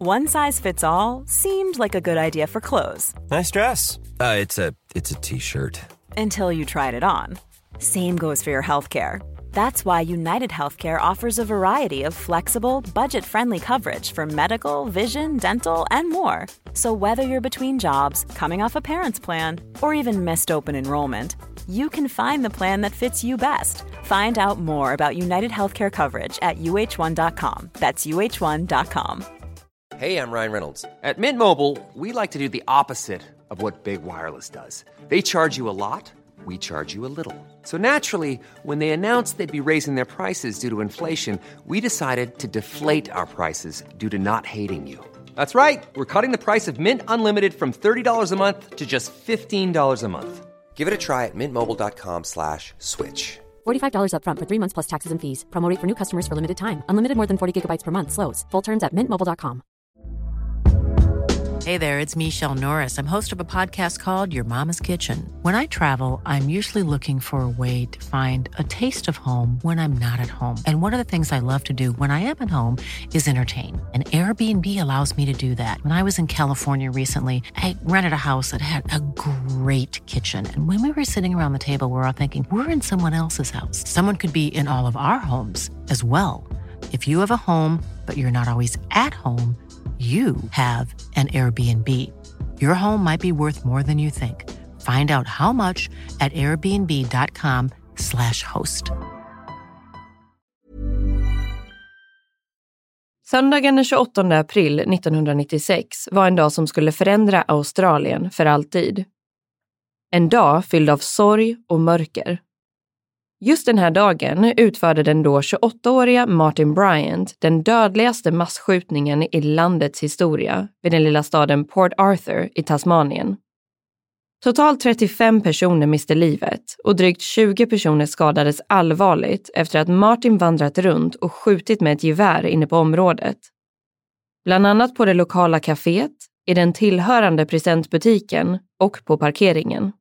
One size fits all seemed like a good idea for clothes. Nice dress. It's a t-shirt. Until you tried it on. Same goes for your healthcare. That's why United Healthcare offers a variety of flexible, budget-friendly coverage for medical, vision, dental, and more. So whether you're between jobs, coming off a parent's plan, or even missed open enrollment, you can find the plan that fits you best. Find out more about United Healthcare coverage at uh1.com. That's uh1.com. Hey, I'm Ryan Reynolds. At Mint Mobile, we like to do the opposite of what Big Wireless does. They charge you a lot, we charge you a little. So naturally, when they announced they'd be raising their prices due to inflation, we decided to deflate our prices due to not hating you. That's right. We're cutting the price of Mint Unlimited from $30 a month to just $15 a month. Give it a try at mintmobile.com/switch. $45 up front for 3 months plus taxes and fees. Promo rate for new customers for limited time. Unlimited more than 40 gigabytes per month. Slows full terms at mintmobile.com. Hey there, it's Michelle Norris. I'm host of a podcast called Your Mama's Kitchen. When I travel, I'm usually looking for a way to find a taste of home when I'm not at home. And one of the things I love to do when I am at home is entertain. And Airbnb allows me to do that. When I was in California recently, I rented a house that had a great kitchen. And when we were sitting around the table, we were all thinking, we're in someone else's house. Someone could be in all of our homes as well. If you have a home, but you're not always at home, you have an Airbnb. Your home might be worth more than you think. Find out how much at airbnb.com/host. Söndagen den 28 april 1996 var en dag som skulle förändra Australien för alltid. En dag fylld av sorg och mörker. Just den här dagen utförde den då 28-åriga Martin Bryant den dödligaste massskjutningen i landets historia vid den lilla staden Port Arthur i Tasmanien. Totalt 35 personer miste livet och drygt 20 personer skadades allvarligt efter att Martin vandrat runt och skjutit med ett gevär inne på området. Bland annat på det lokala kaféet, i den tillhörande presentbutiken och på parkeringen.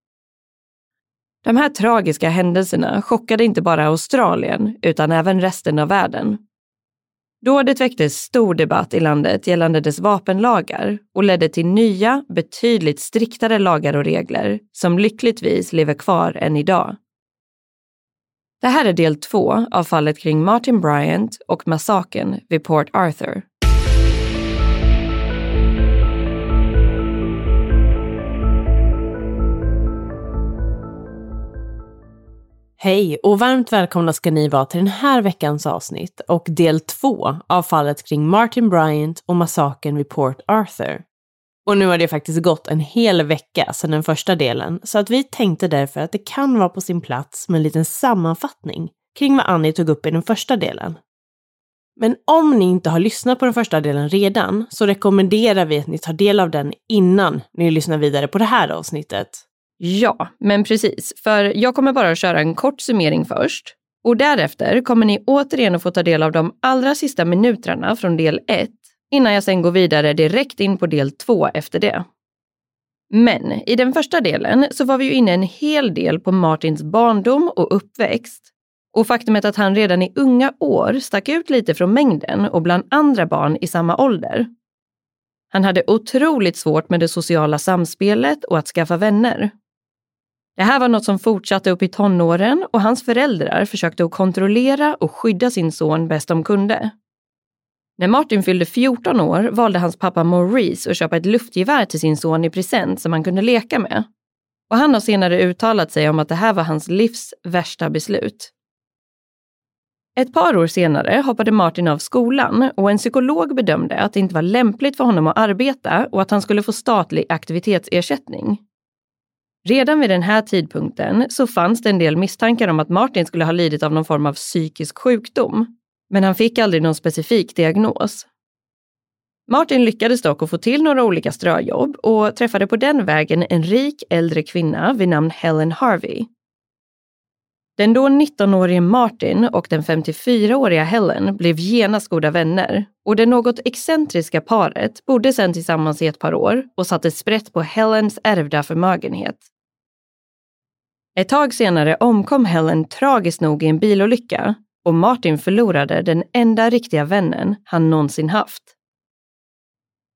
De här tragiska händelserna chockade inte bara Australien utan även resten av världen. Dådet väckte stor debatt i landet gällande dess vapenlagar och ledde till nya, betydligt striktare lagar och regler som lyckligtvis lever kvar än idag. Det här är del 2 av fallet kring Martin Bryant och massakern vid Port Arthur. Hej och varmt välkomna ska ni vara till den här veckans avsnitt och del 2 av fallet kring Martin Bryant och massakern vid Port Arthur. Och nu har det faktiskt gått en hel vecka sedan den första delen, så att vi tänkte därför att det kan vara på sin plats med en liten sammanfattning kring vad Annie tog upp i den första delen. Men om ni inte har lyssnat på den första delen redan så rekommenderar vi att ni tar del av den innan ni lyssnar vidare på det här avsnittet. Ja, men precis. För jag kommer bara att köra en kort summering först. Och därefter kommer ni återigen att få ta del av de allra sista minuterna från del 1 innan jag sen går vidare direkt in på del 2 efter det. Men i den första delen så var vi ju inne en hel del på Martins barndom och uppväxt. Och faktumet att han redan i unga år stack ut lite från mängden och bland andra barn i samma ålder. Han hade otroligt svårt med det sociala samspelet och att skaffa vänner. Det här var något som fortsatte upp i tonåren och hans föräldrar försökte att kontrollera och skydda sin son bäst de kunde. När Martin fyllde 14 år valde hans pappa Maurice att köpa ett luftgevär till sin son i present som han kunde leka med. Och han har senare uttalat sig om att det här var hans livs värsta beslut. Ett par år senare hoppade Martin av skolan och en psykolog bedömde att det inte var lämpligt för honom att arbeta och att han skulle få statlig aktivitetsersättning. Redan vid den här tidpunkten så fanns det en del misstankar om att Martin skulle ha lidit av någon form av psykisk sjukdom, men han fick aldrig någon specifik diagnos. Martin lyckades dock att få till några olika ströjobb och träffade på den vägen en rik äldre kvinna vid namn Helen Harvey. Den då 19-årige Martin och den 54-åriga Helen blev genast goda vänner och det något excentriska paret bodde sedan tillsammans i ett par år och satte sprätt på Helens ärvda förmögenhet. Ett tag senare omkom Helen tragiskt nog i en bilolycka och Martin förlorade den enda riktiga vännen han någonsin haft.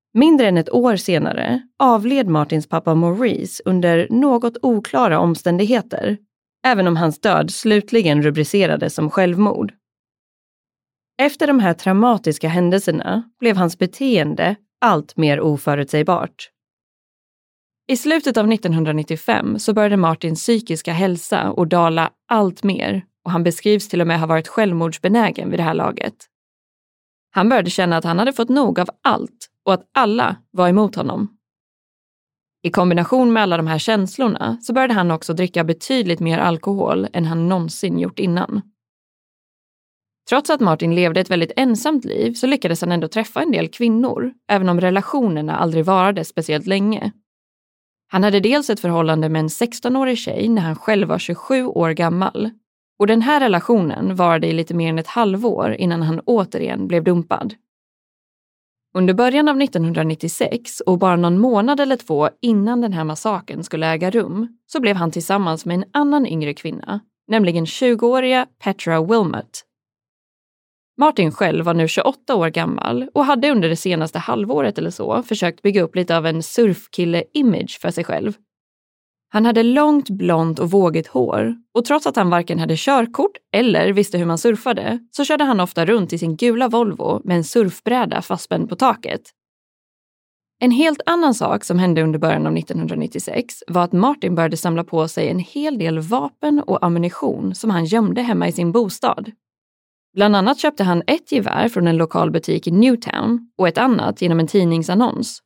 Mindre än ett år senare avled Martins pappa Maurice under något oklara omständigheter, även om hans död slutligen rubricerades som självmord. Efter de här traumatiska händelserna blev hans beteende allt mer oförutsägbart. I slutet av 1995 så började Martins psykiska hälsa att dala allt mer och han beskrivs till och med ha varit självmordsbenägen vid det här laget. Han började känna att han hade fått nog av allt och att alla var emot honom. I kombination med alla de här känslorna så började han också dricka betydligt mer alkohol än han någonsin gjort innan. Trots att Martin levde ett väldigt ensamt liv så lyckades han ändå träffa en del kvinnor, även om relationerna aldrig varade speciellt länge. Han hade dels ett förhållande med en 16-årig tjej när han själv var 27 år gammal. Och den här relationen varade i lite mer än ett halvår innan han återigen blev dumpad. Under början av 1996 och bara någon månad eller 2 innan den här massakern skulle äga rum så blev han tillsammans med en annan yngre kvinna, nämligen 20-åriga Petra Wilmot. Martin själv var nu 28 år gammal och hade under det senaste halvåret eller så försökt bygga upp lite av en surfkille-image för sig själv. Han hade långt, blont och vågigt hår och trots att han varken hade körkort eller visste hur man surfade så körde han ofta runt i sin gula Volvo med en surfbräda fastspänd på taket. En helt annan sak som hände under början av 1996 var att Martin började samla på sig en hel del vapen och ammunition som han gömde hemma i sin bostad. Bland annat köpte han ett gevär från en lokal butik i Newtown och ett annat genom en tidningsannons.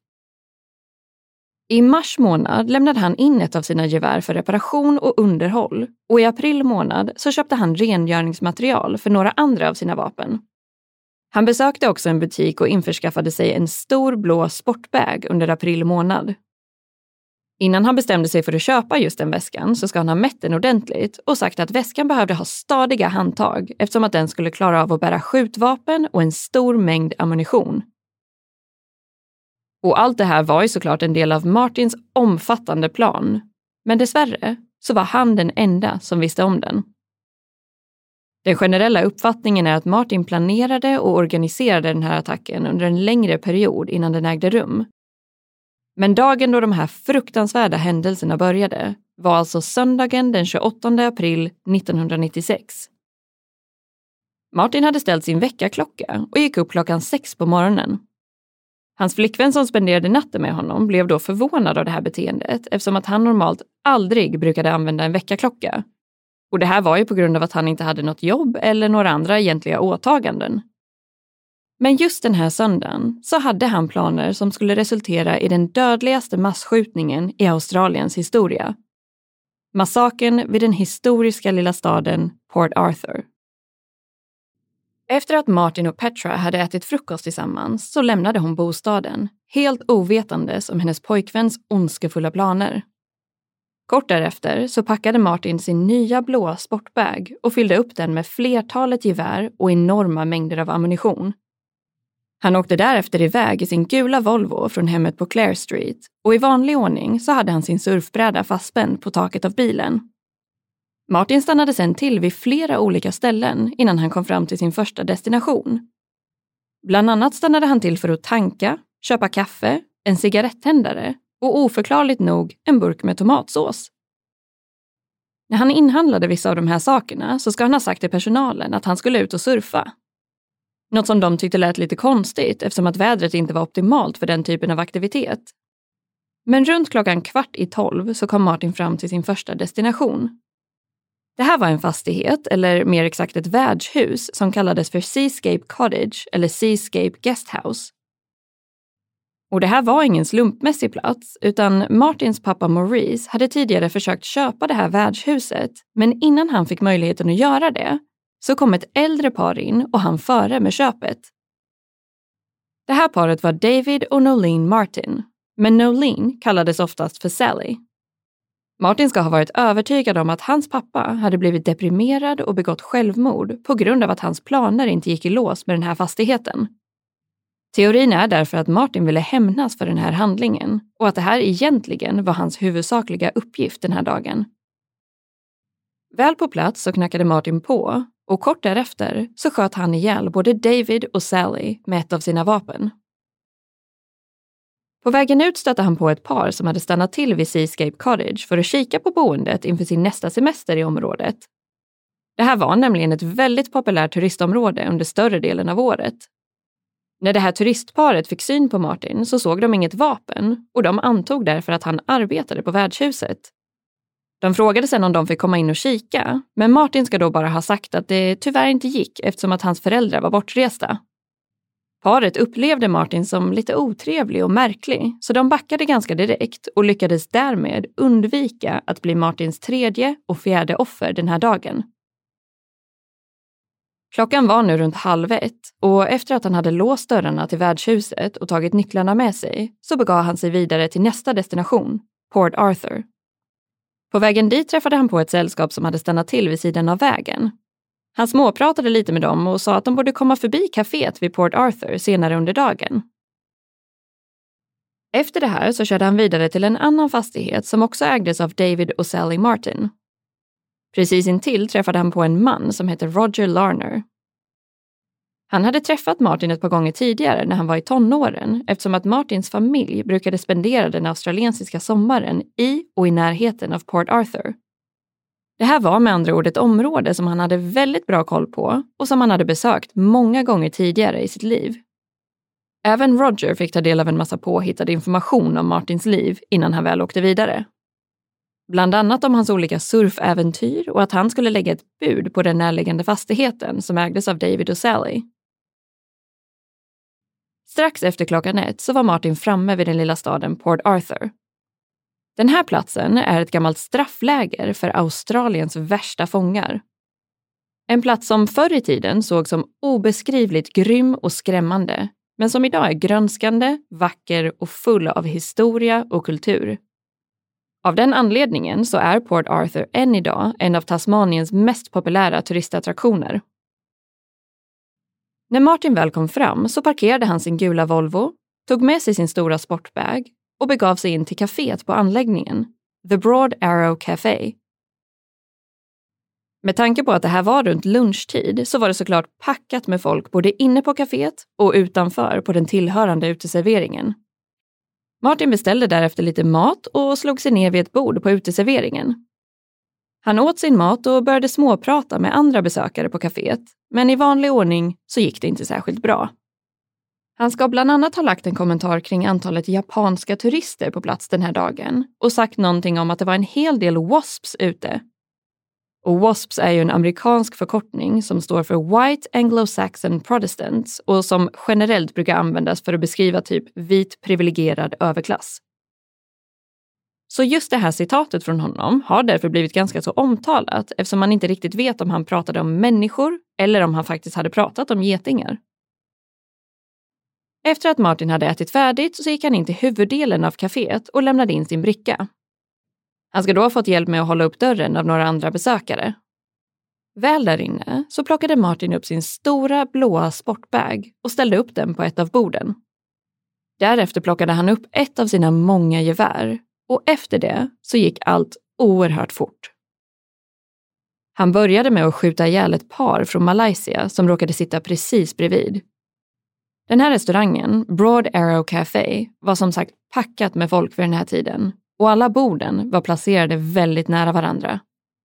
I mars månad lämnade han in ett av sina gevär för reparation och underhåll och i april månad så köpte han rengöringsmaterial för några andra av sina vapen. Han besökte också en butik och införskaffade sig en stor blå sportbag under april månad. Innan han bestämde sig för att köpa just den väskan så ska han ha mätt den ordentligt och sagt att väskan behövde ha stadiga handtag eftersom att den skulle klara av att bära skjutvapen och en stor mängd ammunition. Och allt det här var ju såklart en del av Martins omfattande plan, men dessvärre så var han den enda som visste om den. Den generella uppfattningen är att Martin planerade och organiserade den här attacken under en längre period innan den ägde rum. Men dagen då de här fruktansvärda händelserna började var alltså söndagen den 28 april 1996. Martin hade ställt sin väckarklocka och gick upp klockan 6 på morgonen. Hans flickvän som spenderade natten med honom blev då förvånad av det här beteendet eftersom att han normalt aldrig brukade använda en väckarklocka. Och det här var ju på grund av att han inte hade något jobb eller några andra egentliga åtaganden. Men just den här söndagen så hade han planer som skulle resultera i den dödligaste massskjutningen i Australiens historia. Massakern vid den historiska lilla staden Port Arthur. Efter att Martin och Petra hade ätit frukost tillsammans så lämnade hon bostaden, helt ovetandes om hennes pojkväns ondskefulla planer. Kort därefter så packade Martin sin nya blåa sportbag och fyllde upp den med flertalet gevär och enorma mängder av ammunition. Han åkte därefter iväg i sin gula Volvo från hemmet på Clare Street och i vanlig ordning så hade han sin surfbräda fastspänd på taket av bilen. Martin stannade sedan till vid flera olika ställen innan han kom fram till sin första destination. Bland annat stannade han till för att tanka, köpa kaffe, en cigarettändare och oförklarligt nog en burk med tomatsås. När han inhandlade vissa av de här sakerna så ska han ha sagt till personalen att han skulle ut och surfa. Något som de tyckte lät lite konstigt eftersom att vädret inte var optimalt för den typen av aktivitet. Men runt klockan 11:15 så kom Martin fram till sin första destination. Det här var en fastighet, eller mer exakt ett värdshus, som kallades för Seascape Cottage eller Seascape Guesthouse. Och det här var ingen slumpmässig plats, utan Martins pappa Maurice hade tidigare försökt köpa det här värdshuset, men innan han fick möjligheten att göra det så kom ett äldre par in och han före med köpet. Det här paret var David och Nolene Martin, men Nolene kallades oftast för Sally. Martin ska ha varit övertygad om att hans pappa hade blivit deprimerad och begått självmord på grund av att hans planer inte gick i lås med den här fastigheten. Teorin är därför att Martin ville hämnas för den här handlingen och att det här egentligen var hans huvudsakliga uppgift den här dagen. Väl på plats så knackade Martin på och kort därefter så sköt han ihjäl både David och Sally med ett av sina vapen. På vägen ut stötte han på ett par som hade stannat till vid Seascape Cottage för att kika på boendet inför sin nästa semester i området. Det här var nämligen ett väldigt populärt turistområde under större delen av året. När det här turistparet fick syn på Martin så såg de inget vapen och de antog därför att han arbetade på värdshuset. De frågade sedan om de fick komma in och kika, men Martin ska då bara ha sagt att det tyvärr inte gick eftersom att hans föräldrar var bortresta. Paret upplevde Martin som lite otrevlig och märklig, så de backade ganska direkt och lyckades därmed undvika att bli Martins tredje och fjärde offer den här dagen. Klockan var nu runt 12:30 och efter att han hade låst dörrarna till värdshuset och tagit nycklarna med sig så begav han sig vidare till nästa destination, Port Arthur. På vägen dit träffade han på ett sällskap som hade stannat till vid sidan av vägen. Han småpratade lite med dem och sa att de borde komma förbi kaféet vid Port Arthur senare under dagen. Efter det här så körde han vidare till en annan fastighet som också ägdes av David och Sally Martin. Precis intill träffade han på en man som heter Roger Larner. Han hade träffat Martin ett par gånger tidigare när han var i tonåren eftersom att Martins familj brukade spendera den australiensiska sommaren i och i närheten av Port Arthur. Det här var med andra ord ett område som han hade väldigt bra koll på och som han hade besökt många gånger tidigare i sitt liv. Även Roger fick ta del av en massa påhittad information om Martins liv innan han väl åkte vidare. Bland annat om hans olika surfäventyr och att han skulle lägga ett bud på den närliggande fastigheten som ägdes av David och Sally. Strax efter 1:00 så var Martin framme vid den lilla staden Port Arthur. Den här platsen är ett gammalt straffläger för Australiens värsta fångar. En plats som förr i tiden såg som obeskrivligt grym och skrämmande, men som idag är grönskande, vacker och full av historia och kultur. Av den anledningen så är Port Arthur än idag en av Tasmaniens mest populära turistattraktioner. När Martin väl kom fram så parkerade han sin gula Volvo, tog med sig sin stora sportbag och begav sig in till kaféet på anläggningen, The Broad Arrow Café. Med tanke på att det här var runt lunchtid så var det såklart packat med folk både inne på kaféet och utanför på den tillhörande uteserveringen. Martin beställde därefter lite mat och slog sig ner vid ett bord på uteserveringen. Han åt sin mat och började småprata med andra besökare på kaféet, men i vanlig ordning så gick det inte särskilt bra. Han ska bland annat ha lagt en kommentar kring antalet japanska turister på plats den här dagen och sagt någonting om att det var en hel del WASPs ute. Och WASPs är ju en amerikansk förkortning som står för White Anglo-Saxon Protestants och som generellt brukar användas för att beskriva typ vit privilegierad överklass. Så just det här citatet från honom har därför blivit ganska så omtalat eftersom man inte riktigt vet om han pratade om människor eller om han faktiskt hade pratat om getingar. Efter att Martin hade ätit färdigt så gick han in till huvuddelen av kaféet och lämnade in sin bricka. Han ska då ha fått hjälp med att hålla upp dörren av några andra besökare. Väl där inne så plockade Martin upp sin stora blåa sportbag och ställde upp den på ett av borden. Därefter plockade han upp ett av sina många gevär och efter det så gick allt oerhört fort. Han började med att skjuta ihjäl ett par från Malaysia som råkade sitta precis bredvid. Den här restaurangen, Broad Arrow Café, var som sagt packat med folk för den här tiden och alla borden var placerade väldigt nära varandra.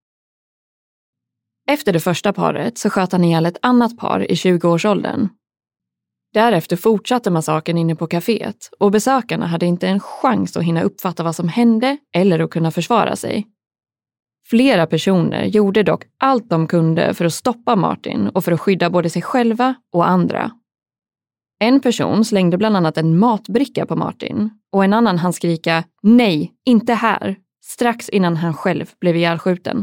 Efter det första paret så sköt han ihjäl ett annat par i 20-årsåldern. Därefter fortsatte massakern inne på kaféet och besökarna hade inte en chans att hinna uppfatta vad som hände eller att kunna försvara sig. Flera personer gjorde dock allt de kunde för att stoppa Martin och för att skydda både sig själva och andra. En person slängde bland annat en matbricka på Martin och en annan hann skrika "Nej, inte här!" strax innan han själv blev ihjälskjuten.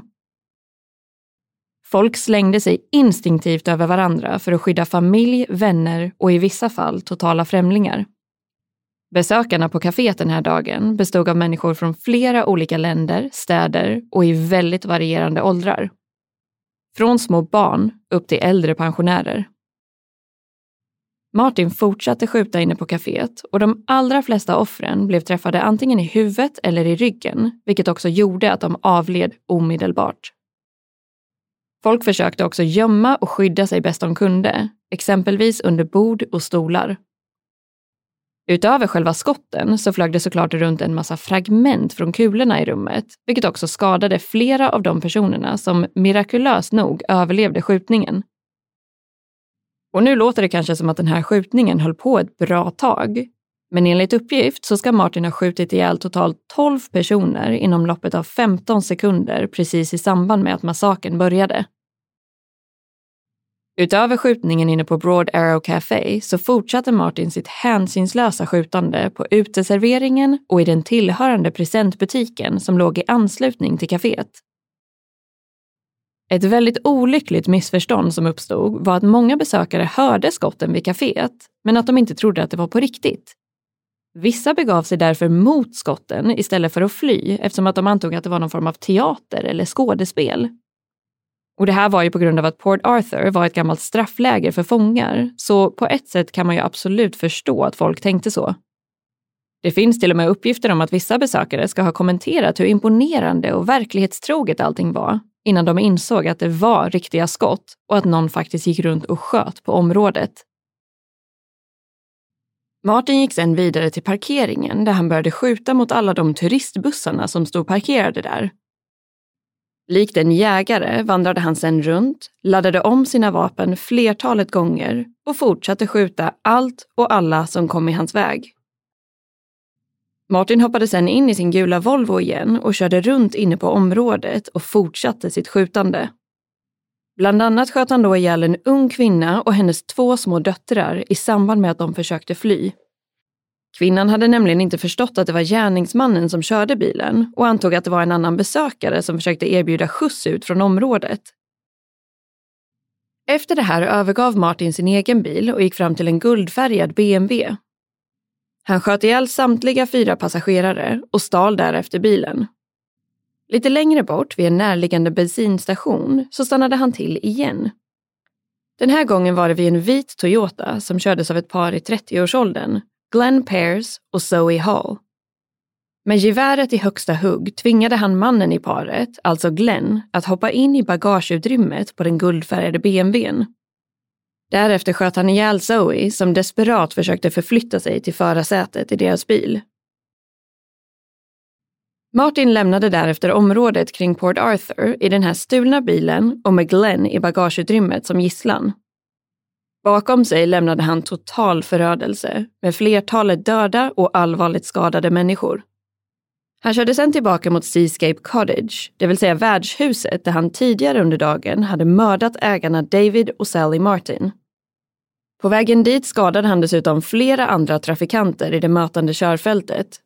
Folk slängde sig instinktivt över varandra för att skydda familj, vänner och i vissa fall totala främlingar. Besökarna på kaféet den här dagen bestod av människor från flera olika länder, städer och i väldigt varierande åldrar. Från små barn upp till äldre pensionärer. Martin fortsatte skjuta inne på kaféet och de allra flesta offren blev träffade antingen i huvudet eller i ryggen, vilket också gjorde att de avled omedelbart. Folk försökte också gömma och skydda sig bäst de kunde, exempelvis under bord och stolar. Utöver själva skotten så flög det såklart runt en massa fragment från kulorna i rummet, vilket också skadade flera av de personerna som mirakulöst nog överlevde skjutningen. Och nu låter det kanske som att den här skjutningen höll på ett bra tag. Men enligt uppgift så ska Martin ha skjutit ihjäl totalt 12 personer inom loppet av 15 sekunder precis i samband med att massakern började. Utöver skjutningen inne på Broad Arrow Café så fortsatte Martin sitt hänsynslösa skjutande på uteserveringen och i den tillhörande presentbutiken som låg i anslutning till kaféet. Ett väldigt olyckligt missförstånd som uppstod var att många besökare hörde skotten vid kaféet, men att de inte trodde att det var på riktigt. Vissa begav sig därför mot skotten istället för att fly, eftersom att de antog att det var någon form av teater eller skådespel. Och det här var ju på grund av att Port Arthur var ett gammalt straffläger för fångar, så på ett sätt kan man ju absolut förstå att folk tänkte så. Det finns till och med uppgifter om att vissa besökare ska ha kommenterat hur imponerande och verklighetstroget allting var, innan de insåg att det var riktiga skott och att någon faktiskt gick runt och sköt på området. Martin gick sedan vidare till parkeringen där han började skjuta mot alla de turistbussarna som stod parkerade där. Likt en jägare vandrade han sedan runt, laddade om sina vapen flertalet gånger och fortsatte skjuta allt och alla som kom i hans väg. Martin hoppade sedan in i sin gula Volvo igen och körde runt inne på området och fortsatte sitt skjutande. Bland annat sköt han då ihjäl en ung kvinna och hennes 2 små döttrar i samband med att de försökte fly. Kvinnan hade nämligen inte förstått att det var gärningsmannen som körde bilen och antog att det var en annan besökare som försökte erbjuda skjuts ut från området. Efter det här övergav Martin sin egen bil och gick fram till en guldfärgad BMW. Han sköt ihjäl samtliga 4 passagerare och stal därefter bilen. Lite längre bort vid en närliggande bensinstation så stannade han till igen. Den här gången var det vid en vit Toyota som kördes av ett par i 30-årsåldern, Glenn Pears och Zoe Hall. Med geväret i högsta hugg tvingade han mannen i paret, alltså Glenn, att hoppa in i bagageutrymmet på den guldfärgade BMWn. Därefter sköt han ihjäl Zoe som desperat försökte förflytta sig till förarsätet i deras bil. Martin lämnade därefter området kring Port Arthur i den här stulna bilen och med Glenn i bagageutrymmet som gisslan. Bakom sig lämnade han total förödelse med flertalet döda och allvarligt skadade människor. Han körde sedan tillbaka mot Seascape Cottage, det vill säga värdshuset där han tidigare under dagen hade mördat ägarna David och Sally Martin. På vägen dit skadade han dessutom flera andra trafikanter i det mötande körfältet.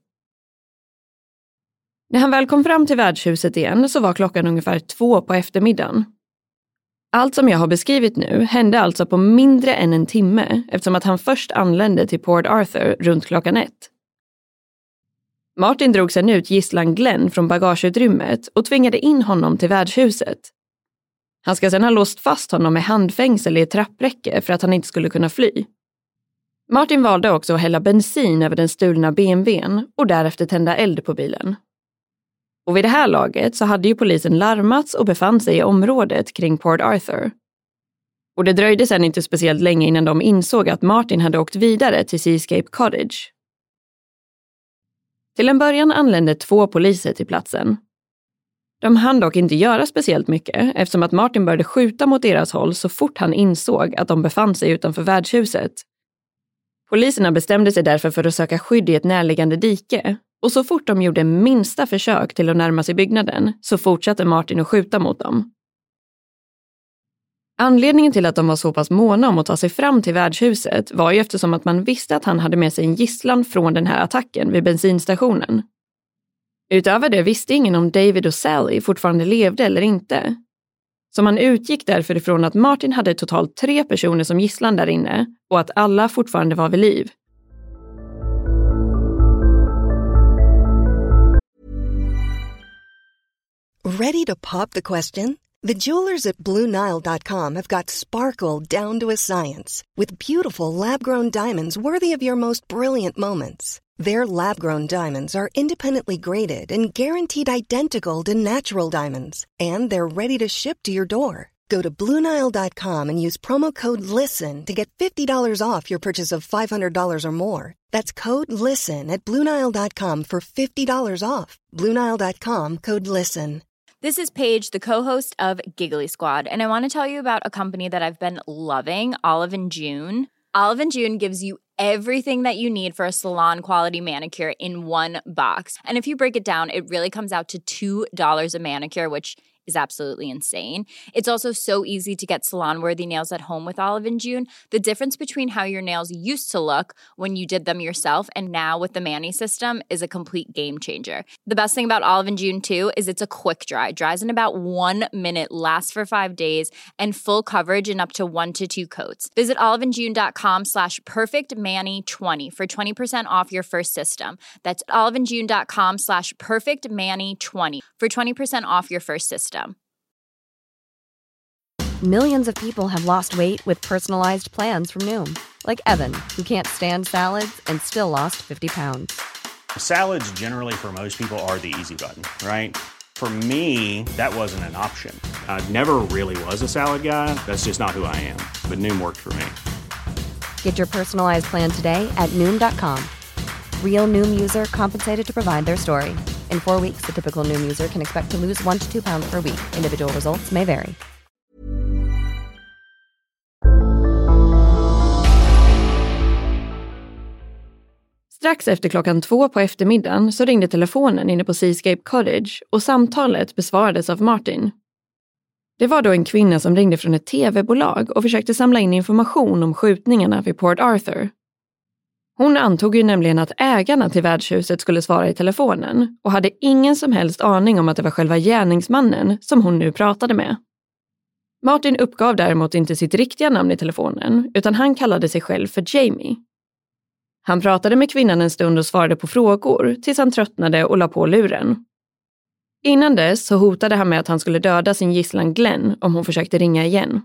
När han väl kom fram till värdshuset igen så var klockan ungefär 2 på eftermiddagen. Allt som jag har beskrivit nu hände alltså på mindre än en timme eftersom att han först anlände till Port Arthur runt klockan 1. Martin drog sedan ut gisslan Glenn från bagageutrymmet och tvingade in honom till värdshuset. Han ska sedan ha låst fast honom med handfängsel i ett trappräcke för att han inte skulle kunna fly. Martin valde också att hälla bensin över den stulna BMWn och därefter tända eld på bilen. Och vid det här laget så hade ju polisen larmats och befann sig i området kring Port Arthur. Och det dröjde sedan inte speciellt länge innan de insåg att Martin hade åkt vidare till Seascape Cottage. Till en början anlände 2 poliser till platsen. De hann dock inte göra speciellt mycket eftersom att Martin började skjuta mot deras håll så fort han insåg att de befann sig utanför värdshuset. Poliserna bestämde sig därför för att söka skydd i ett närliggande dike. Och så fort de gjorde minsta försök till att närma sig byggnaden så fortsatte Martin att skjuta mot dem. Anledningen till att de var så pass måna om att ta sig fram till värdshuset var ju eftersom att man visste att han hade med sig en gisslan från den här attacken vid bensinstationen. Utöver det visste ingen om David och Sally fortfarande levde eller inte. Så man utgick därför ifrån att Martin hade totalt 3 personer som gisslan där inne och att alla fortfarande var vid liv. Ready to pop the question? The jewelers at BlueNile.com have got sparkle down to a science with beautiful lab-grown diamonds worthy of your most brilliant moments. Their lab-grown diamonds are independently graded and guaranteed identical to natural diamonds, and they're ready to ship to your door. Go to BlueNile.com and use promo code LISTEN to get $50 off your purchase of $500 or more. That's code LISTEN at BlueNile.com for $50 off. BlueNile.com, code LISTEN. This is Paige, the co-host of Giggly Squad, and I want to tell you about a company that I've been loving, Olive & June. Olive & June gives you everything that you need for a salon-quality manicure in one box. And if you break it down, it really comes out to $2 a manicure, which is absolutely insane. It's also so easy to get salon-worthy nails at home with Olive & June. The difference between how your nails used to look when you did them yourself and now with the Mani system is a complete game changer. The best thing about Olive & June, too, is it's a quick dry. Dries in about 1 minute, lasts for 5 days, and full coverage in up to 1 to 2 coats. Visit oliveandjune.com/perfectmani20 for 20% off your first system. That's oliveandjune.com/perfectmani20 for 20% off your first system. Millions of people have lost weight with personalized plans from Noom. Like Evan, who can't stand salads and still lost 50 pounds. Salads generally for most people are the easy button, right? For me, that wasn't an option. I never really was a salad guy. That's just not who I am. But Noom worked for me. Get your personalized plan today at Noom.com. Real Noom user compensated to provide their story. In 4 weeks, the typical Noom user can expect to lose 1 to 2 pounds per week. Individual results may vary. Strax efter 2:00 på eftermiddagen så ringde telefonen inne på Seascape Cottage och samtalet besvarades av Martin. Det var då en kvinna som ringde från ett tv-bolag och försökte samla in information om skjutningarna vid Port Arthur. Hon antog ju nämligen att ägarna till värdshuset skulle svara i telefonen och hade ingen som helst aning om att det var själva gärningsmannen som hon nu pratade med. Martin uppgav däremot inte sitt riktiga namn i telefonen utan han kallade sig själv för Jamie. Han pratade med kvinnan en stund och svarade på frågor tills han tröttnade och la på luren. Innan dess så hotade han med att han skulle döda sin gisslan Glenn om hon försökte ringa igen.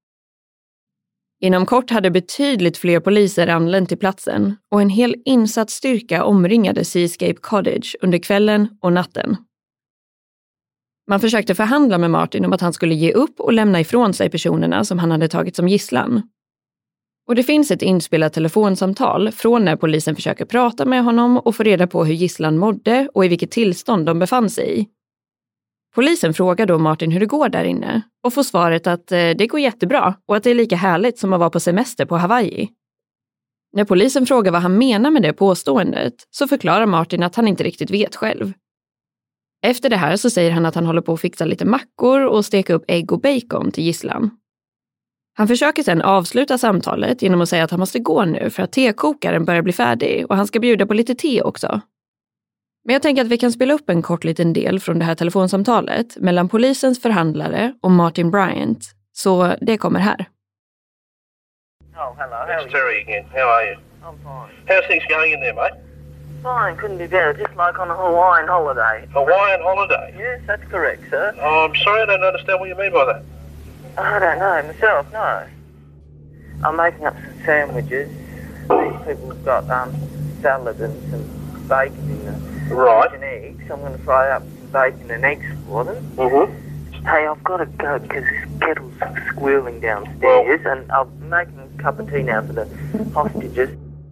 Inom kort hade betydligt fler poliser anlänt till platsen och en hel insatsstyrka omringade Seascape Cottage under kvällen och natten. Man försökte förhandla med Martin om att han skulle ge upp och lämna ifrån sig personerna som han hade tagit som gisslan. Och det finns ett inspelat telefonsamtal från när polisen försöker prata med honom och få reda på hur gisslan mådde och i vilket tillstånd de befann sig i. Polisen frågar då Martin hur det går där inne och får svaret att det går jättebra och att det är lika härligt som att vara på semester på Hawaii. När polisen frågar vad han menar med det påståendet så förklarar Martin att han inte riktigt vet själv. Efter det här så säger han att han håller på att fixa lite mackor och steka upp ägg och bacon till gisslan. Han försöker sedan avsluta samtalet genom att säga att han måste gå nu för att tekokaren börjar bli färdig och han ska bjuda på lite te också. Men jag tänker att vi kan spela upp en kort liten del från det här telefonsamtalet mellan polisens förhandlare och Martin Bryant. Så det kommer här. Oh, hello. It's Terry again. How are you? I'm fine. How's things going in there, mate? Fine, couldn't be better. Just like on a Hawaiian holiday. Hawaiian holiday? Yes, that's correct, sir. Oh, I'm sorry, I don't understand what you mean by that. I don't know myself, no. I'm making up some sandwiches. These people have got salad and some bacon in them. Right. And eggs. I'm going to fry up some bacon and eggs for them. Mm-hmm. Hey, I've got to go because this kettle's squealing downstairs and I'm making a cup of tea now for the hostages.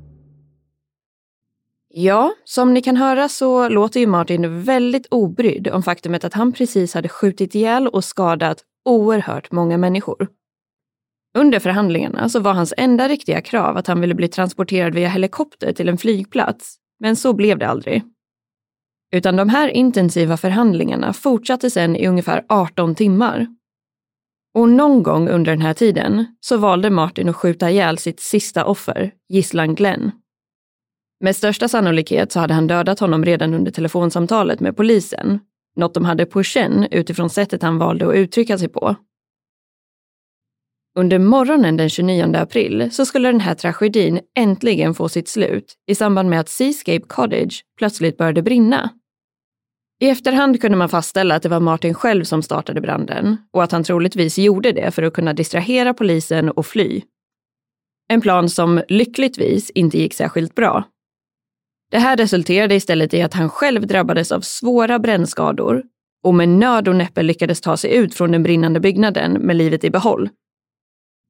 Ja, som ni kan höra så låter ju Martin väldigt obrydd om faktumet att han precis hade skjutit ihjäl och skadat oerhört många människor. Under förhandlingarna så var hans enda riktiga krav att han ville bli transporterad via helikopter till en flygplats, men så blev det aldrig. Utan de här intensiva förhandlingarna fortsatte sedan i ungefär 18 timmar. Och någon gång under den här tiden så valde Martin att skjuta ihjäl sitt sista offer, gisslan Glenn. Med största sannolikhet så hade han dödat honom redan under telefonsamtalet med polisen, något de hade på känn utifrån sättet han valde att uttrycka sig på. Under morgonen den 29 april så skulle den här tragedin äntligen få sitt slut i samband med att Seascape Cottage plötsligt började brinna. I efterhand kunde man fastställa att det var Martin själv som startade branden och att han troligtvis gjorde det för att kunna distrahera polisen och fly. En plan som lyckligtvis inte gick särskilt bra. Det här resulterade istället i att han själv drabbades av svåra brännskador och med nöd och näppe lyckades ta sig ut från den brinnande byggnaden med livet i behåll.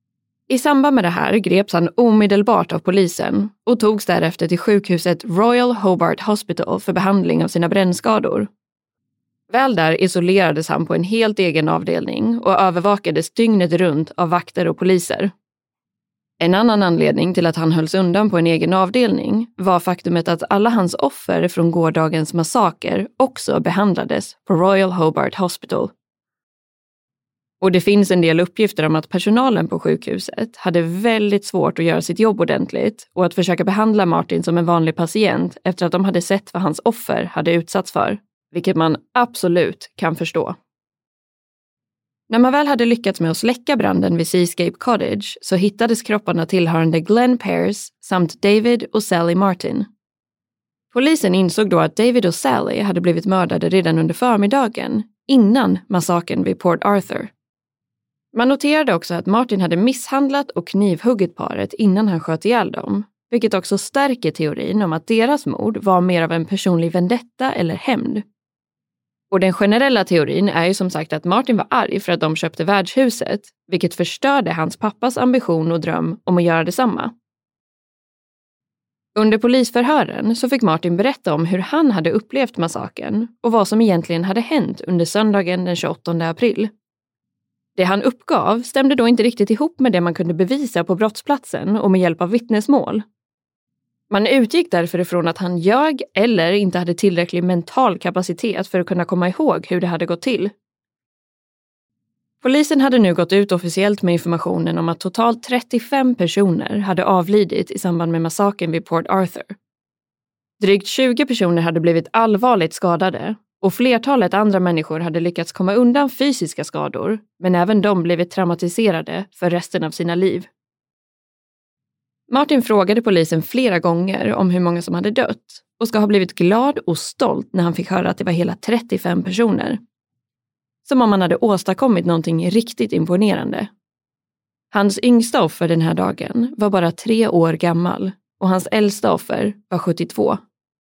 I samband med det här greps han omedelbart av polisen och togs därefter till sjukhuset Royal Hobart Hospital för behandling av sina brännskador. Väl där isolerades han på en helt egen avdelning och övervakades dygnet runt av vakter och poliser. En annan anledning till att han hölls undan på en egen avdelning var faktumet att alla hans offer från gårdagens massaker också behandlades på Royal Hobart Hospital. Och det finns en del uppgifter om att personalen på sjukhuset hade väldigt svårt att göra sitt jobb ordentligt och att försöka behandla Martin som en vanlig patient efter att de hade sett vad hans offer hade utsatts för, vilket man absolut kan förstå. När man väl hade lyckats med att släcka branden vid Seascape Cottage så hittades kropparna tillhörande Glenn Pearce samt David och Sally Martin. Polisen insåg då att David och Sally hade blivit mördade redan under förmiddagen, innan massakern vid Port Arthur. Man noterade också att Martin hade misshandlat och knivhuggit paret innan han sköt ihjäl dem, vilket också stärker teorin om att deras mord var mer av en personlig vendetta eller hämnd. Och den generella teorin är ju som sagt att Martin var arg för att de köpte värdshuset, vilket förstörde hans pappas ambition och dröm om att göra detsamma. Under polisförhören så fick Martin berätta om hur han hade upplevt massakern och vad som egentligen hade hänt under söndagen den 28 april. Det han uppgav stämde då inte riktigt ihop med det man kunde bevisa på brottsplatsen och med hjälp av vittnesmål. Man utgick därför ifrån att han ljög eller inte hade tillräcklig mental kapacitet för att kunna komma ihåg hur det hade gått till. Polisen hade nu gått ut officiellt med informationen om att totalt 35 personer hade avlidit i samband med massakern vid Port Arthur. Drygt 20 personer hade blivit allvarligt skadade och flertalet andra människor hade lyckats komma undan fysiska skador, men även de blivit traumatiserade för resten av sina liv. Martin frågade polisen flera gånger om hur många som hade dött och ska ha blivit glad och stolt när han fick höra att det var hela 35 personer. Som om han hade åstadkommit någonting riktigt imponerande. Hans yngsta offer den här dagen var bara 3 år gammal och hans äldsta offer var 72.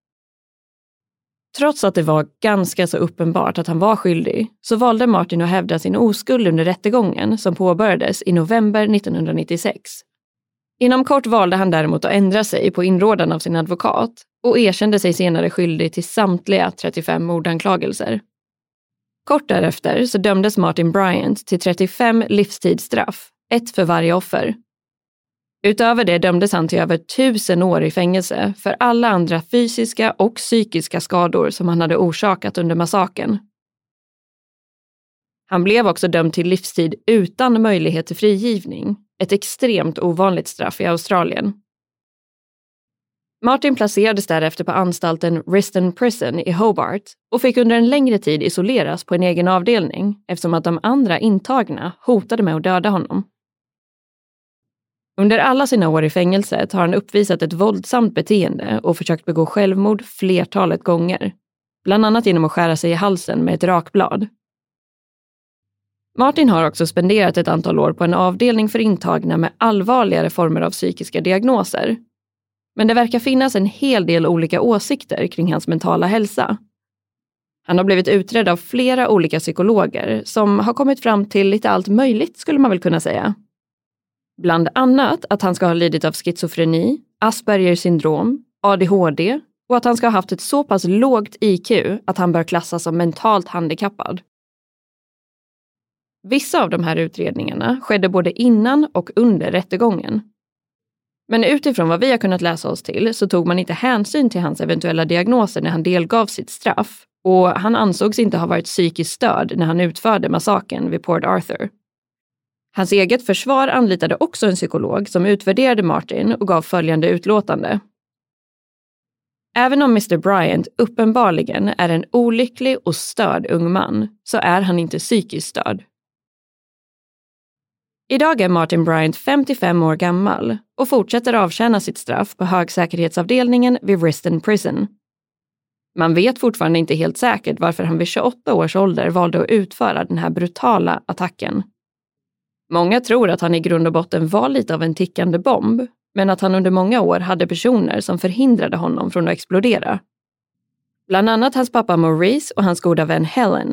Trots att det var ganska så uppenbart att han var skyldig så valde Martin att hävda sin oskuld under rättegången som påbörjades i november 1996. Inom kort valde han däremot att ändra sig på inrådan av sin advokat och erkände sig senare skyldig till samtliga 35 mordanklagelser. Kort därefter så dömdes Martin Bryant till 35 livstidsstraff, ett för varje offer. Utöver det dömdes han till över 1000 år i fängelse för alla andra fysiska och psykiska skador som han hade orsakat under massakern. Han blev också dömd till livstid utan möjlighet till frigivning, ett extremt ovanligt straff i Australien. Martin placerades därefter på anstalten Riston Prison i Hobart och fick under en längre tid isoleras på en egen avdelning eftersom att de andra intagna hotade med att döda honom. Under alla sina år i fängelset har han uppvisat ett våldsamt beteende och försökt begå självmord flertalet gånger, bland annat genom att skära sig i halsen med ett rakblad. Martin har också spenderat ett antal år på en avdelning för intagna med allvarligare former av psykiska diagnoser. Men det verkar finnas en hel del olika åsikter kring hans mentala hälsa. Han har blivit utredd av flera olika psykologer som har kommit fram till lite allt möjligt skulle man väl kunna säga. Bland annat att han ska ha lidit av schizofreni, Aspergers syndrom, ADHD och att han ska ha haft ett så pass lågt IQ att han bör klassas som mentalt handikappad. Vissa av de här utredningarna skedde både innan och under rättegången. Men utifrån vad vi har kunnat läsa oss till så tog man inte hänsyn till hans eventuella diagnoser när han delgav sitt straff och han ansågs inte ha varit psykiskt störd när han utförde massakern vid Port Arthur. Hans eget försvar anlitade också en psykolog som utvärderade Martin och gav följande utlåtande. Även om Mr. Bryant uppenbarligen är en olycklig och störd ung man så är han inte psykiskt störd. Idag är Martin Bryant 55 år gammal och fortsätter avtjäna sitt straff på högsäkerhetsavdelningen vid Riston Prison. Man vet fortfarande inte helt säkert varför han vid 28 års ålder valde att utföra den här brutala attacken. Många tror att han i grund och botten var lite av en tickande bomb, men att han under många år hade personer som förhindrade honom från att explodera. Bland annat hans pappa Maurice och hans goda vän Helen.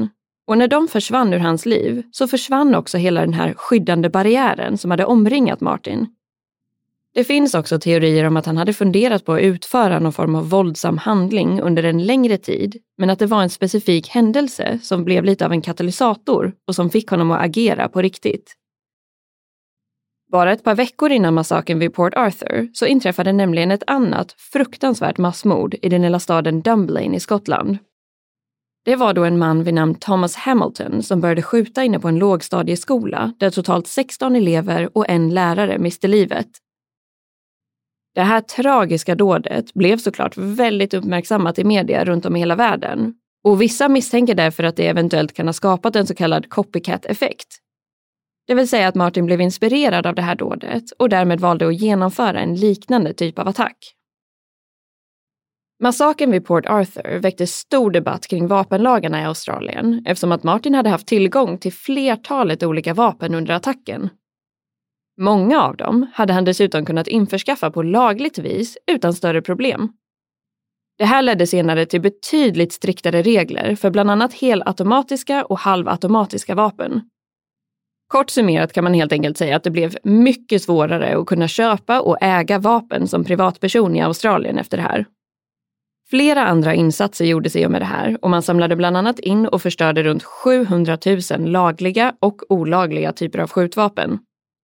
Och när de försvann ur hans liv så försvann också hela den här skyddande barriären som hade omringat Martin. Det finns också teorier om att han hade funderat på att utföra någon form av våldsam handling under en längre tid, men att det var en specifik händelse som blev lite av en katalysator och som fick honom att agera på riktigt. Bara ett par veckor innan massakern vid Port Arthur så inträffade nämligen ett annat fruktansvärt massmord i den lilla staden Dunblane i Skottland. Det var då en man vid namn Thomas Hamilton som började skjuta inne på en lågstadieskola där totalt 16 elever och en lärare miste livet. Det här tragiska dådet blev såklart väldigt uppmärksammat i media runt om i hela världen. Och vissa misstänker därför att det eventuellt kan ha skapat en så kallad copycat-effekt. Det vill säga att Martin blev inspirerad av det här dådet och därmed valde att genomföra en liknande typ av attack. Massakern vid Port Arthur väckte stor debatt kring vapenlagarna i Australien eftersom att Martin hade haft tillgång till flertalet olika vapen under attacken. Många av dem hade han dessutom kunnat införskaffa på lagligt vis utan större problem. Det här ledde senare till betydligt striktare regler för bland annat helautomatiska och halvautomatiska vapen. Kort summerat kan man helt enkelt säga att det blev mycket svårare att kunna köpa och äga vapen som privatperson i Australien efter det här. Flera andra insatser gjordes i och med det här och man samlade bland annat in och förstörde runt 700 000 lagliga och olagliga typer av skjutvapen.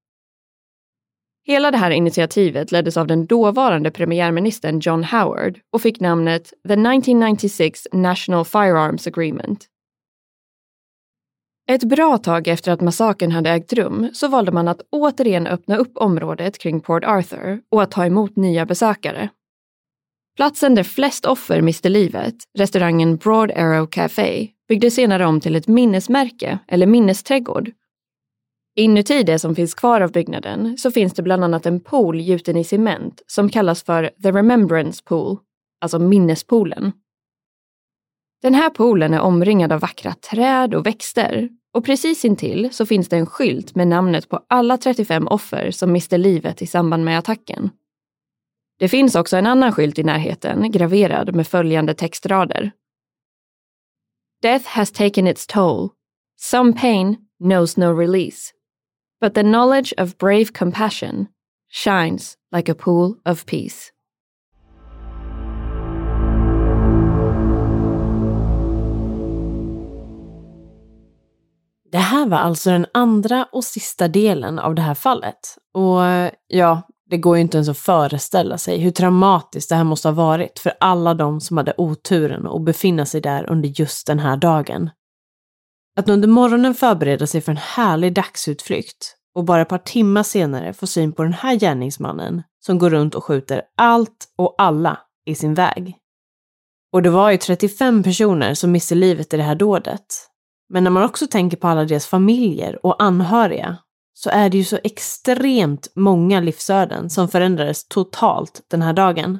Hela det här initiativet leddes av den dåvarande premiärministern John Howard och fick namnet The 1996 National Firearms Agreement. Ett bra tag efter att massakern hade ägt rum så valde man att återigen öppna upp området kring Port Arthur och att ta emot nya besökare. Platsen där flest offer miste livet, restaurangen Broad Arrow Café, byggdes senare om till ett minnesmärke eller minnesträdgård. Inuti det som finns kvar av byggnaden så finns det bland annat en pool gjuten i cement som kallas för The Remembrance Pool, alltså minnespoolen. Den här poolen är omringad av vackra träd och växter och precis intill så finns det en skylt med namnet på alla 35 offer som miste livet i samband med attacken. Det finns också en annan skylt i närheten graverad med följande textrader. Death has taken its toll. Some pain knows no release. But the knowledge of brave compassion shines like a pool of peace. Det här var alltså den andra och sista delen av det här fallet. Och ja, det går ju inte ens att föreställa sig hur traumatiskt det här måste ha varit för alla de som hade oturen att befinna sig där under just den här dagen. Att under morgonen förbereda sig för en härlig dagsutflykt och bara ett par timmar senare få syn på den här gärningsmannen som går runt och skjuter allt och alla i sin väg. Och det var ju 35 personer som miste livet i det här dådet. Men när man också tänker på alla deras familjer och anhöriga så är det ju så extremt många livsöden som förändrades totalt den här dagen.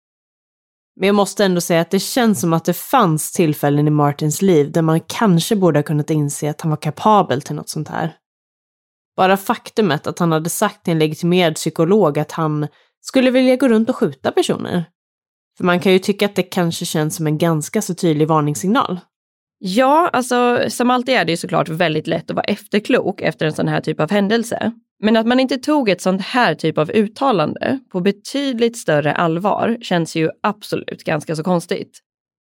Men jag måste ändå säga att det känns som att det fanns tillfällen i Martins liv där man kanske borde ha kunnat inse att han var kapabel till något sånt här. Bara faktumet att han hade sagt till en legitimerad psykolog att han skulle vilja gå runt och skjuta personer. För man kan ju tycka att det kanske känns som en ganska så tydlig varningssignal. Ja, alltså som alltid är det ju såklart väldigt lätt att vara efterklok efter en sån här typ av händelse. Men att man inte tog ett sånt här typ av uttalande på betydligt större allvar känns ju absolut ganska så konstigt.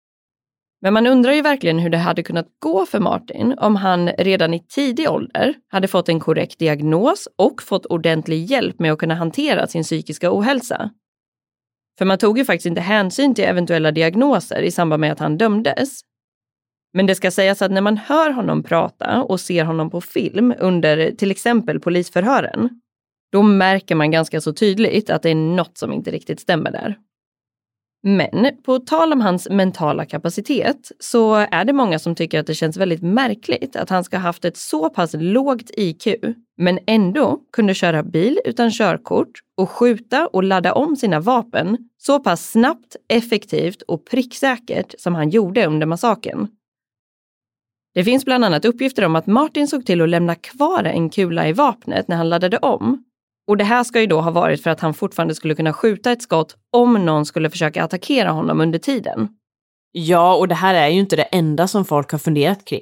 Men man undrar ju verkligen hur det hade kunnat gå för Martin om han redan i tidig ålder hade fått en korrekt diagnos och fått ordentlig hjälp med att kunna hantera sin psykiska ohälsa. För man tog ju faktiskt inte hänsyn till eventuella diagnoser i samband med att han dömdes. Men det ska sägas att när man hör honom prata och ser honom på film under till exempel polisförhören, då märker man ganska så tydligt att det är något som inte riktigt stämmer där. Men på tal om hans mentala kapacitet så är det många som tycker att det känns väldigt märkligt att han ska ha haft ett så pass lågt IQ men ändå kunde köra bil utan körkort och skjuta och ladda om sina vapen så pass snabbt, effektivt och pricksäkert som han gjorde under massakern. Det finns bland annat uppgifter om att Martin såg till att lämna kvar en kula i vapnet när han laddade om. Och det här ska ju då ha varit för att han fortfarande skulle kunna skjuta ett skott om någon skulle försöka attackera honom under tiden. Ja, och det här är ju inte det enda som folk har funderat kring.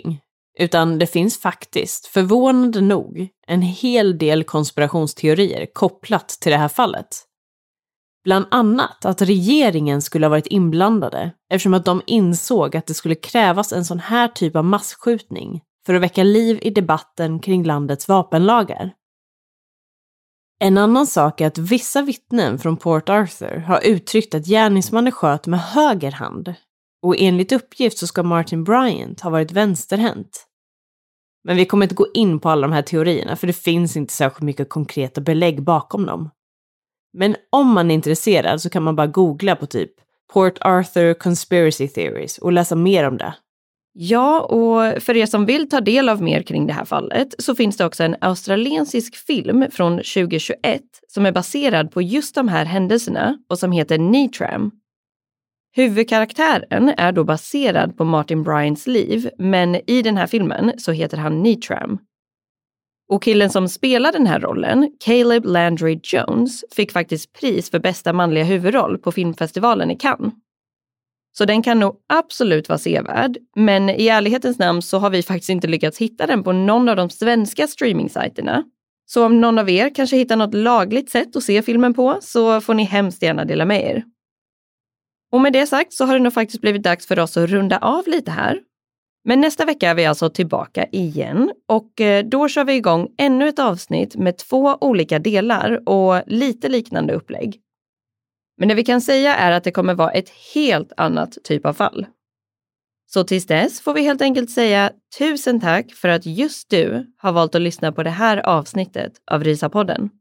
utan det finns faktiskt, förvånande nog, en hel del konspirationsteorier kopplat till det här fallet. Bland annat att regeringen skulle ha varit inblandade eftersom att de insåg att det skulle krävas en sån här typ av masskjutning för att väcka liv i debatten kring landets vapenlagar. En annan sak är att vissa vittnen från Port Arthur har uttryckt att gärningsmannen sköt med höger hand och enligt uppgift så ska Martin Bryant ha varit vänsterhänt. Men vi kommer inte gå in på alla de här teorierna för det finns inte särskilt mycket konkreta belägg bakom dem. Men om man är intresserad så kan man bara googla på typ Port Arthur Conspiracy Theories och läsa mer om det. Ja, och för er som vill ta del av mer kring det här fallet så finns det också en australiensisk film från 2021 som är baserad på just de här händelserna och som heter Neetram. Huvudkaraktären är då baserad på Martin Bryants liv, men i den här filmen så heter han Neetram. Och killen som spelar den här rollen, Caleb Landry Jones, fick faktiskt pris för bästa manliga huvudroll på filmfestivalen i Cannes. Så den kan nog absolut vara sevärd, men i ärlighetens namn så har vi faktiskt inte lyckats hitta den på någon av de svenska streamingsajterna. Så om någon av er kanske hittar något lagligt sätt att se filmen på så får ni hemskt gärna dela med er. Och med det sagt så har det nog faktiskt blivit dags för oss att runda av lite här. Men nästa vecka är vi alltså tillbaka igen och då kör vi igång ännu ett avsnitt med 2 olika delar och lite liknande upplägg. Men det vi kan säga är att det kommer vara ett helt annat typ av fall. Så tills dess får vi helt enkelt säga 1000 tack för att just du har valt att lyssna på det här avsnittet av Rysapodden.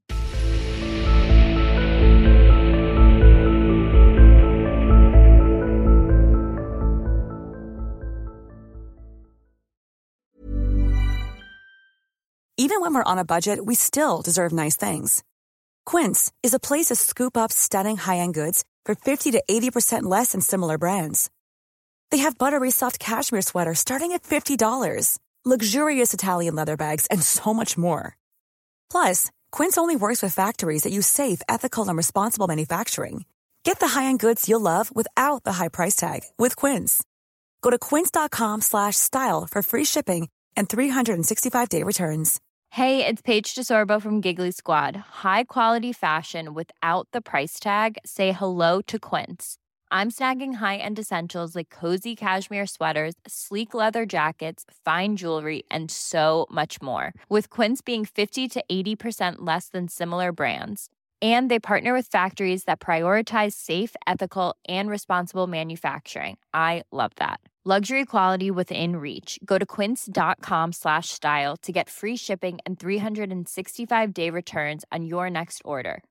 Even when we're on a budget, we still deserve nice things. Quince is a place to scoop up stunning high-end goods for 50 to 80% less than similar brands. They have buttery soft cashmere sweaters starting at $50, luxurious Italian leather bags, and so much more. Plus, Quince only works with factories that use safe, ethical, and responsible manufacturing. Get the high-end goods you'll love without the high price tag with Quince. Go to quince.com/style for free shipping and 365-day returns. Hey, it's Paige DeSorbo from Giggly Squad. High quality fashion without the price tag. Say hello to Quince. I'm snagging high-end essentials like cozy cashmere sweaters, sleek leather jackets, fine jewelry, and so much more. With Quince being 50 to 80% less than similar brands. And they partner with factories that prioritize safe, ethical, and responsible manufacturing. I love that. Luxury quality within reach. Go to quince.com/style to get free shipping and 365-day returns on your next order.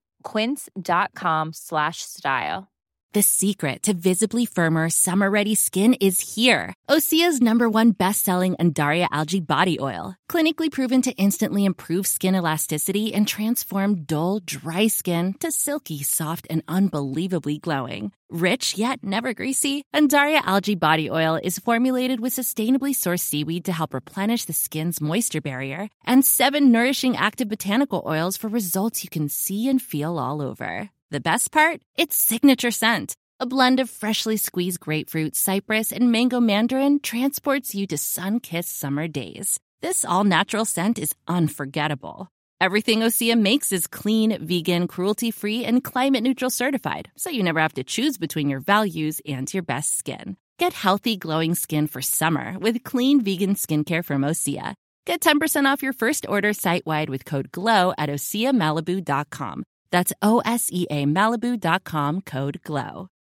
Quince.com/style. The secret to visibly firmer, summer-ready skin is here. Osea's #1 best-selling Andaria Algae Body Oil. Clinically proven to instantly improve skin elasticity and transform dull, dry skin to silky, soft, and unbelievably glowing. Rich yet never greasy, Andaria Algae Body Oil is formulated with sustainably sourced seaweed to help replenish the skin's moisture barrier and 7 nourishing active botanical oils for results you can see and feel all over. The best part? Its signature scent. A blend of freshly squeezed grapefruit, cypress, and mango mandarin transports you to sun-kissed summer days. This all-natural scent is unforgettable. Everything Osea makes is clean, vegan, cruelty-free, and climate-neutral certified, so you never have to choose between your values and your best skin. Get healthy, glowing skin for summer with clean, vegan skincare from Osea. Get 10% off your first order site-wide with code GLOW at OseaMalibu.com. That's OSEAMalibu.com, code GLOW.